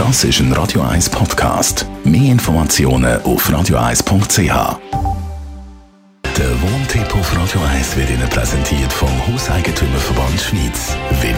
Das ist ein Radio 1 Podcast. Mehr Informationen auf radio1.ch. Der Wohntipp auf Radio 1 wird Ihnen präsentiert vom Hauseigentümerverband Schweiz.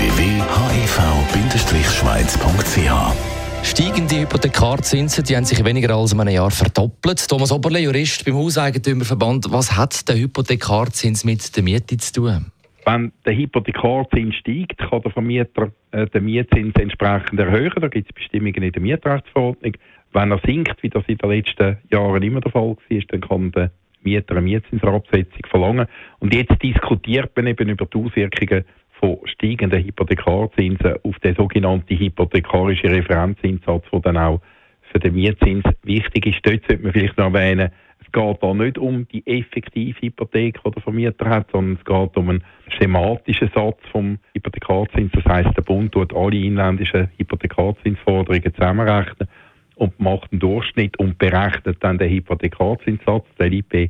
www.hev-schweiz.ch. Steigende Hypothekarzinsen, die haben sich in weniger als einem Jahr verdoppelt. Thomas Oberle, Jurist beim Hauseigentümerverband. Was hat der Hypothekarzins mit der Miete zu tun? Wenn der Hypothekarzins steigt, kann der Vermieter den Mietzins entsprechend erhöhen. Da gibt es Bestimmungen in der Mietrechtsverordnung. Wenn er sinkt, wie das in den letzten Jahren immer der Fall war, dann kann der Mieter eine Mietzinsabsetzung verlangen. Und jetzt diskutiert man eben über die Auswirkungen von steigenden Hypothekarzinsen auf den sogenannten hypothekarischen Referenzzinssatz, der dann auch für den Mietzins wichtig ist. Dort sollte man vielleicht noch erwähnen, es geht da nicht um die effektive Hypothek, die der Vermieter hat, sondern es geht um einen schematischen Satz vom Hypothekarzins. Das heisst, der Bund tut alle inländischen Hypothekarzinsforderungen zusammenrechnen und macht einen Durchschnitt und berechnet dann den Hypothekarzinssatz. Der liegt bei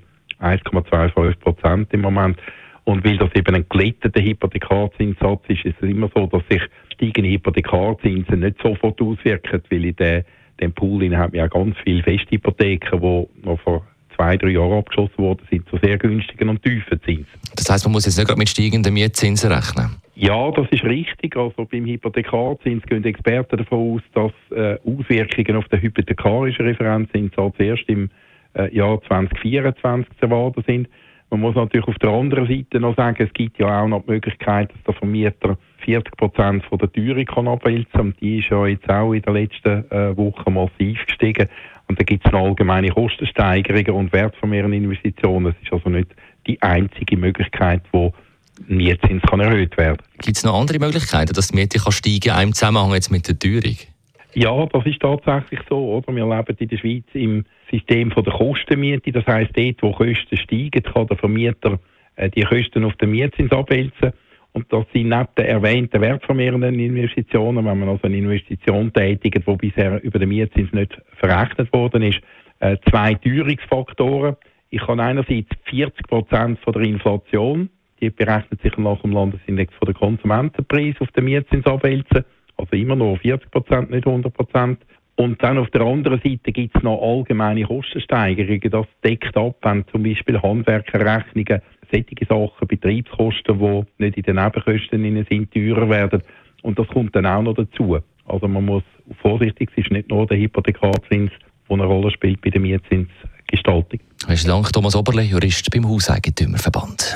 1,25% im Moment. Und weil das eben ein glätteter Hypothekarzinssatz ist, ist es immer so, dass sich steigende Hypothekarzinsen nicht sofort auswirken, weil in dem Pool haben wir ja ganz viele Festhypotheken, die noch vor 2-3 Jahren abgeschlossen worden sind, zu sehr günstigen und tiefen Zinsen. Das heisst, man muss jetzt nicht gerade mit steigenden Mietzinsen rechnen? Ja, das ist richtig. Also beim Hypothekarzins gehen Experten davon aus, dass Auswirkungen auf den hypothekarischen Referenzzinssatz erst im Jahr 2024 zu erwarten sind. Man muss natürlich auf der anderen Seite noch sagen, es gibt ja auch noch die Möglichkeit, dass der Vermieter 40% von der Teuerung kann abwälzen kann. Und die ist ja jetzt auch in den letzten Wochen massiv gestiegen. Und da gibt es noch allgemeine Kostensteigerungen und wertvermehrende Investitionen. Das ist also nicht die einzige Möglichkeit, wo ein Mietzins kann erhöht werden. Gibt es noch andere Möglichkeiten, dass die Miete steigen kann, auch im Zusammenhang jetzt mit der Teuerung? Ja, das ist tatsächlich so, oder? Wir leben in der Schweiz im System von der Kostenmiete. Das heisst, dort, wo Kosten steigen, kann der Vermieter die Kosten auf den Mietzins abwälzen. Und das sind neben den erwähnten wertvermehrenden Investitionen, wenn man also eine Investition tätigt, die bisher über den Mietzins nicht verrechnet worden ist, 2 Teuerungsfaktoren. Ich kann einerseits 40% von der Inflation, die berechnet sich nach dem Landesindex von der Konsumentenpreis, auf den Mietzins abwälzen. Also immer noch 40%, nicht 100%. Und dann auf der anderen Seite gibt es noch allgemeine Kostensteigerungen. Das deckt ab, wenn zum Beispiel Handwerkerrechnungen, solche Sachen, Betriebskosten, die nicht in den Nebenkosten sind, teurer werden. Und das kommt dann auch noch dazu. Also man muss vorsichtig sein, es ist nicht nur der Hypothekarzins, der eine Rolle spielt bei der Mietzinsgestaltung. Besten Dank, Thomas Oberle, Jurist beim Hauseigentümerverband.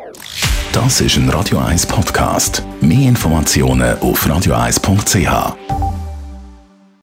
Das ist ein Radio 1 Podcast. Mehr Informationen auf radio1.ch.